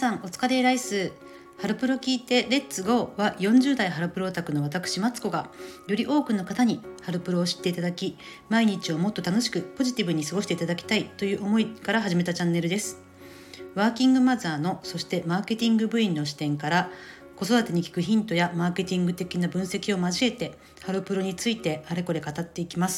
さんお疲れライス。ハロプロ聞いてレッツゴーは40代ハロプロオタクの私マツコがより多くの方にハロプロを知っていただき、毎日をもっと楽しくポジティブに過ごしていただきたいという思いから始めたチャンネルです。ワーキングマザーの、そしてマーケティング部員の視点から子育てに効くヒントやマーケティング的な分析を交えてハロプロについてあれこれ語っていきます。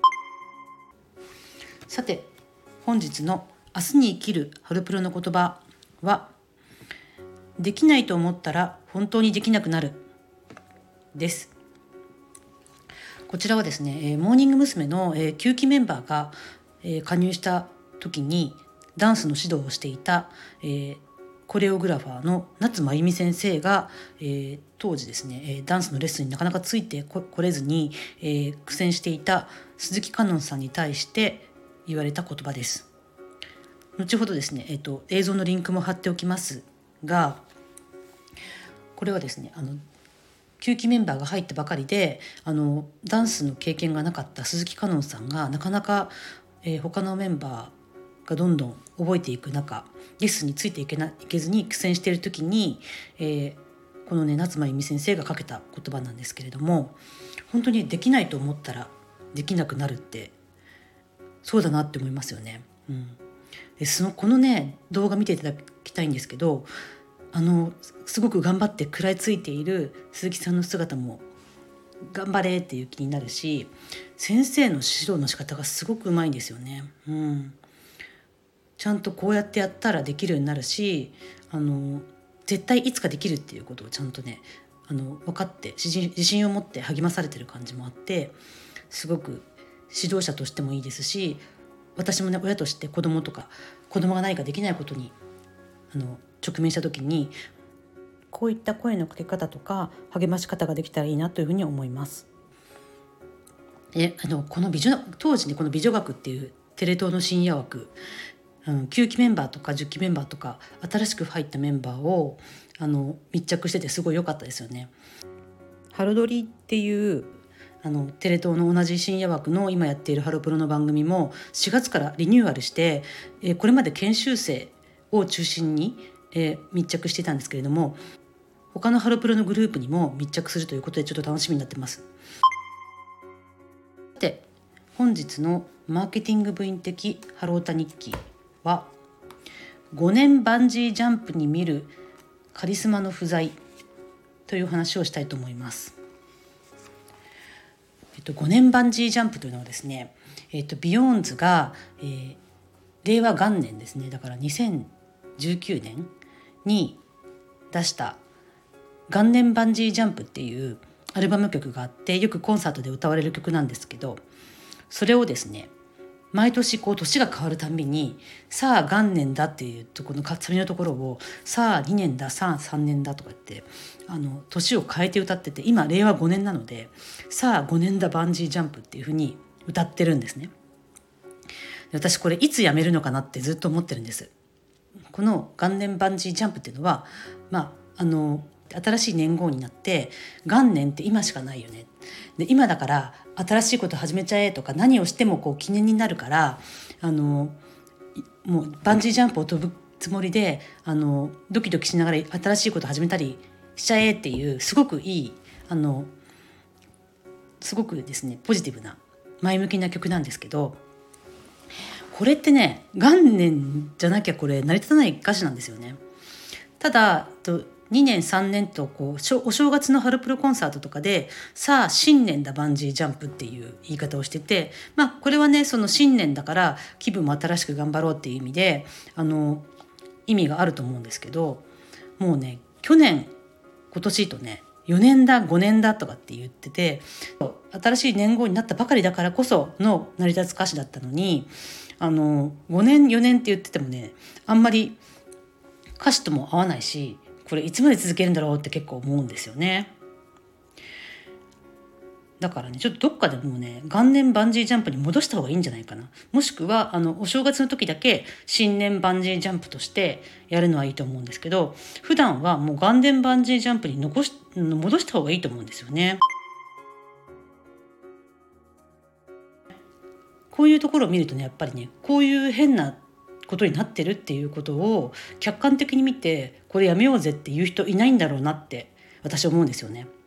さて、本日の明日に生きるハロプロの言葉は、できないと思ったら本当にできなくなるです。こちらはですね、モーニング娘。の9期メンバーが加入した時にダンスの指導をしていたコレオグラファーの夏まゆみ先生が当時ですね、ダンスのレッスンになかなかついてこれずに苦戦していた鈴木香音さんに対して言われた言葉です。後ほどですね、映像のリンクも貼っておきますが、これはですね、9期メンバーが入ったばかりでダンスの経験がなかった鈴木香音さんがなかなか、他のメンバーがどんどん覚えていく中、レッスンについていけずに苦戦している時に、このね夏まゆみ先生がかけた言葉なんですけれども、本当にできないと思ったらできなくなるってそうだなって思いますよね。でこのね動画見ていただきたいんですけど、すごく頑張って食らいついている鈴木さんの姿も頑張れっていう気になるし、先生の指導の仕方がすごくうまいんですよね。ちゃんとこうやってやったらできるようになるし、絶対いつかできるっていうことをちゃんとね分かって自信を持って励まされてる感じもあって、すごく指導者としてもいいですし、私もね親として子供が何かできないことに直面した時にこういった声のかけ方とか励まし方ができたらいいなというふうに思います。でこの当時にこの美女学っていうテレ東の深夜枠、9期メンバーとか10期メンバーとか新しく入ったメンバーを密着しててすごい良かったですよね。ハロドリっていうテレ東の同じ深夜枠の今やっているハロプロの番組も4月からリニューアルして、これまで研修生を中心に、密着していたんですけれども、他のハロプロのグループにも密着するということでちょっと楽しみになってます。さて、本日のマーケティング部員的ハロータ日記は、5年バンジージャンプに見るカリスマの不在という話をしたいと思います。5年バンジージャンプというのはですね、ビヨーンズが、令和元年ですね、だから2019年に出した元年バンジージャンプっていうアルバム曲があって、よくコンサートで歌われる曲なんですけど、それをですね毎年年が変わるたびに、さあ元年だっていうところのサビのところを、さあ2年だ、さあ3年だとかって年を変えて歌ってて、今令和5年なので、さあ5年だバンジージャンプっていう風に歌ってるんですね。で、私これいつやめるのかなってずっと思ってるんです。この元年バンジージャンプっていうのは、新しい年号になって、元年って今しかないよね、で今だから新しいこと始めちゃえとか、何をしても記念になるから、もうバンジージャンプを飛ぶつもりでドキドキしながら新しいこと始めたりしちゃえっていう、すごくいいすごくですねポジティブな前向きな曲なんですけど、これってね元年じゃなきゃこれ成り立たない歌詞なんですよね。ただ2年3年とお正月のハロプロコンサートとかで、さあ新年だバンジージャンプっていう言い方をしてて、これはねその新年だから気分も新しく頑張ろうっていう意味で意味があると思うんですけど、もうね今年とね4年だ5年だとかって言ってて、新しい年号になったばかりだからこその成り立つ歌詞だったのに、5年4年って言っててもねあんまり歌詞とも合わないし、これいつまで続けるんだろうって結構思うんですよね。だからねちょっとどっかでもうね元年バンジージャンプに戻した方がいいんじゃないかな。もしくはお正月の時だけ新年バンジージャンプとしてやるのはいいと思うんですけど、普段はもう元年バンジージャンプに戻した方がいいと思うんですよね。こういうところを見るとね、やっぱりねこういう変なことになってるっていうことを客観的に見て、これやめようぜっていう人いないんだろうなって私は思うんですよね。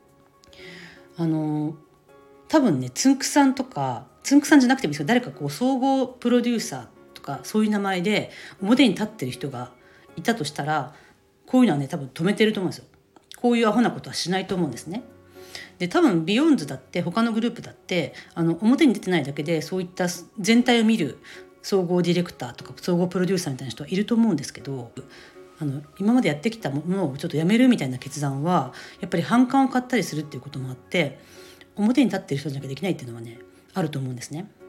多分ね、つんくさんとか、つんくさんじゃなくてもいいですけど、誰か総合プロデューサーとかそういう名前で表に立ってる人がいたとしたら、こういうのはね多分止めてると思うんですよ。こういうアホなことはしないと思うんですね。で多分ビヨンズだって他のグループだって表に出てないだけでそういった全体を見る総合ディレクターとか総合プロデューサーみたいな人はいると思うんですけど、今までやってきたものをちょっとやめるみたいな決断はやっぱり反感を買ったりするっていうこともあって、表に立ってる人じゃなきゃできないっていうのはねあると思うんですね。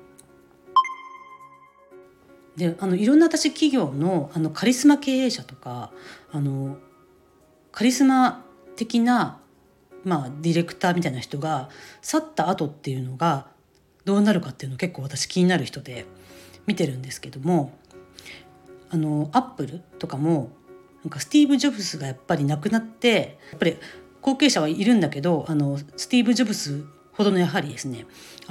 でいろんな私企業のカリスマ経営者とかカリスマ的な、ディレクターみたいな人が去った後っていうのがどうなるかっていうの結構私気になる人で見てるんですけども、アップルとかもなんかスティーブ・ジョブズがやっぱり亡くなって、やっぱり後継者はいるんだけどスティーブ・ジョブズほどのやはりですね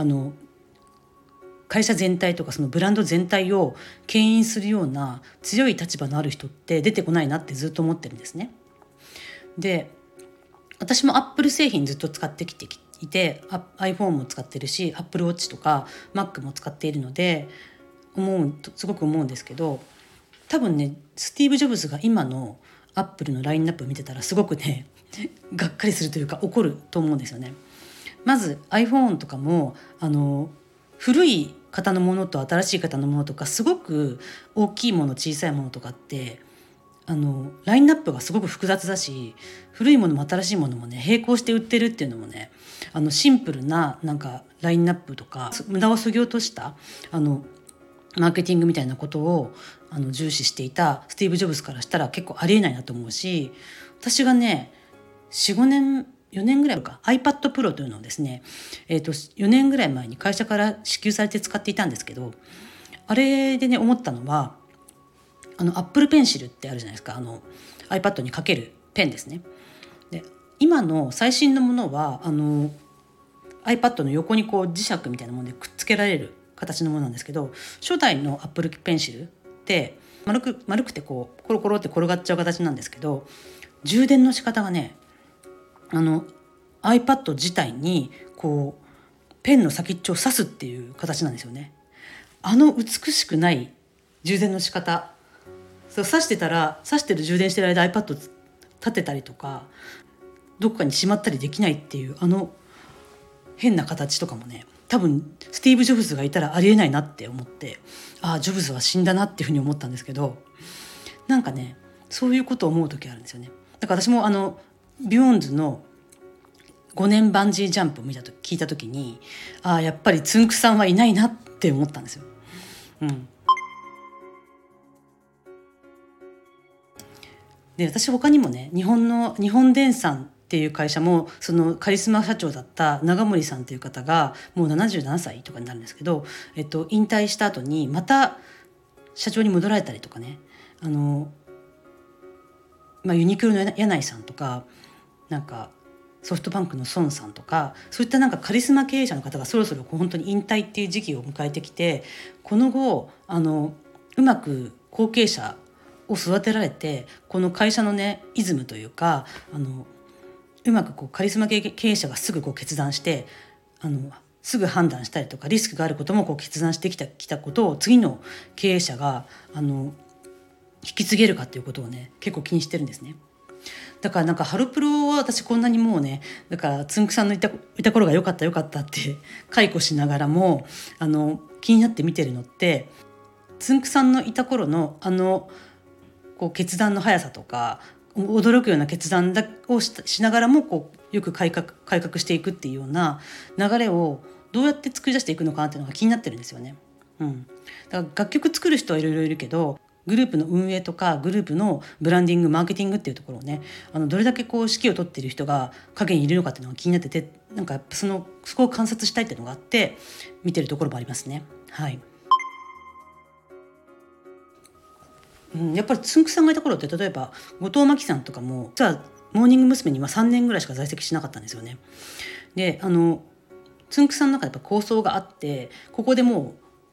会社全体とかそのブランド全体を牽引するような強い立場のある人って出てこないなってずっと思ってるんですね。で私もアップル製品ずっと使ってきていて、iPhone も使ってるし Apple Watch とか Mac も使っているのですごく思うんですけど、多分ねスティーブ・ジョブズが今のアップルのラインナップ見てたらすごくねがっかりするというか怒ると思うんですよね。まず iPhone とかも古い型のものと新しい型のものとかすごく大きいもの小さいものとかってラインナップがすごく複雑だし、古いものも新しいものもね並行して売ってるっていうのもねシンプルななんかラインナップとか無駄を削ぎ落としたマーケティングみたいなことを重視していたスティーブ・ジョブズからしたら結構ありえないなと思うし、私がね4、5年4年ぐらいか iPad Pro というのをですね、4年ぐらい前に会社から支給されて使っていたんですけど、あれでね思ったのはApple Pencil ってあるじゃないですか、iPad にかけるペンですね。で今の最新のものはiPad の横に磁石みたいなものでくっつけられる形のものなんですけど、初代の Apple Pencil って丸くてコロコロって転がっちゃう形なんですけど、充電の仕方がねiPad 自体にペンの先っちょを刺すっていう形なんですよね。美しくない充電の仕方、刺してる充電してる間 iPad 立てたりとかどっかにしまったりできないっていう変な形とかもね、多分スティーブ・ジョブズがいたらありえないなって思って、ジョブズは死んだなっていうふうに思ったんですけど、なんかねそういうことを思う時あるんですよね。だから私もビヨンズの5年バンジージャンプを聞いた時にやっぱりつんくさんはいないなって思ったんですよ。で私他にもね日本電産っていう会社もそのカリスマ社長だった永森さんという方がもう77歳とかになるんですけど、引退した後にまた社長に戻られたりとかね、ユニクロの柳井さんとかなんかソフトバンクの孫さんとかそういったなんかカリスマ経営者の方がそろそろ本当に引退っていう時期を迎えてきて、この後うまく後継者を育てられてこの会社のねイズムというかうまくカリスマ経営者がすぐ決断してすぐ判断したりとかリスクがあることも決断してきたことを次の経営者が引き継げるかっていうことをね結構気にしてるんですね。だからなんかハロプロは私こんなにもうねだからつんくさんのいた頃が良かったって解雇しながらも気になって見てるのって、つんくさんのいた頃の決断の速さとか驚くような決断をしながらもよく改革していくっていうような流れをどうやって作り出していくのかなっていうのが気になってるんですよね。だから楽曲作る人はいろいろいるけどグループの運営とかグループのブランディングマーケティングっていうところをねどれだけ指揮を取っている人が陰にいるのかっていうのが気になってて、なんかやっぱそこを観察したいっていうのがあって見てるところもありますね。やっぱりつんくさんがいた頃って例えば後藤真希さんとかも実はモーニング娘。には3年ぐらいしか在籍しなかったんですよね。でつんくさんの中でやっぱ構想があってここでも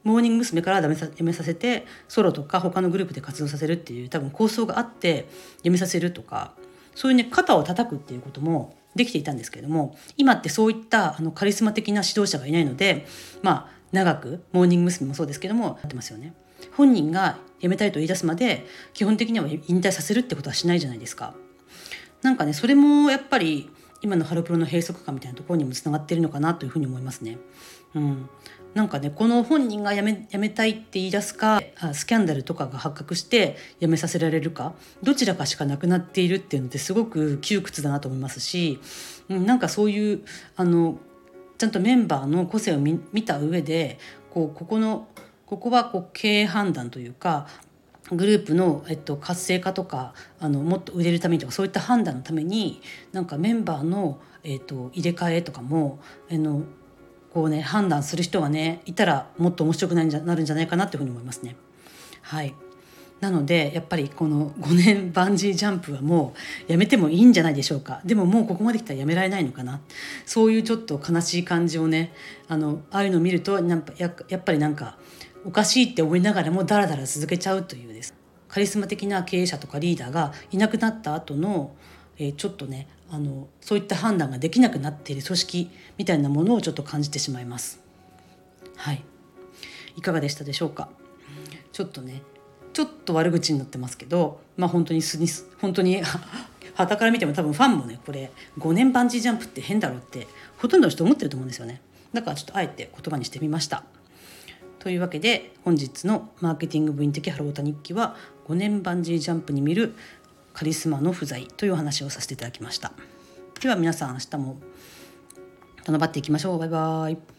モーニング娘。から辞めさせてソロとか他のグループで活動させるっていう多分構想があって辞めさせるとか、そういうね肩を叩くっていうこともできていたんですけれども、今ってそういったカリスマ的な指導者がいないので、長くモーニング娘。もそうですけどもやってますよね。本人が辞めたいと言い出すまで基本的には引退させるってことはしないじゃないですか。なんかねそれもやっぱり今のハロプロの閉塞感みたいなところにもつながっているのかなというふうに思いますね。なんかねこの本人が辞めたいって言い出すか、スキャンダルとかが発覚して辞めさせられるか、どちらかしかなくなっているっていうのってすごく窮屈だなと思いますし、なんかそういうちゃんとメンバーの個性を見た上でここは経営判断というかグループの、活性化とかもっと売れるためにとかそういった判断のためになんかメンバーの、入れ替えとかも判断する人がねいたらもっと面白くなるんじゃないかなというふうに思いますね。はい。なのでやっぱりこの5年バンジージャンプはもうやめてもいいんじゃないでしょうか。でももうここまで来たらやめられないのかな、そういうちょっと悲しい感じをねああいうのを見るとやっぱりなんかおかしいって思いながらもダラダラ続けちゃうというです、カリスマ的な経営者とかリーダーがいなくなった後の、ちょっとねそういった判断ができなくなっている組織みたいなものをちょっと感じてしまいます。はい、いかがでしたでしょうか。ちょっと悪口になってますけど、本当に傍から見ても多分ファンもねこれ5年バンジージャンプって変だろうってほとんどの人思ってると思うんですよね。だからちょっとあえて言葉にしてみました。というわけで本日のマーケティング部員的ハロータ日記は5年バンジージャンプに見るカリスマの不在というお話をさせていただきました。では皆さん明日も頑張っていきましょう。バイバイ。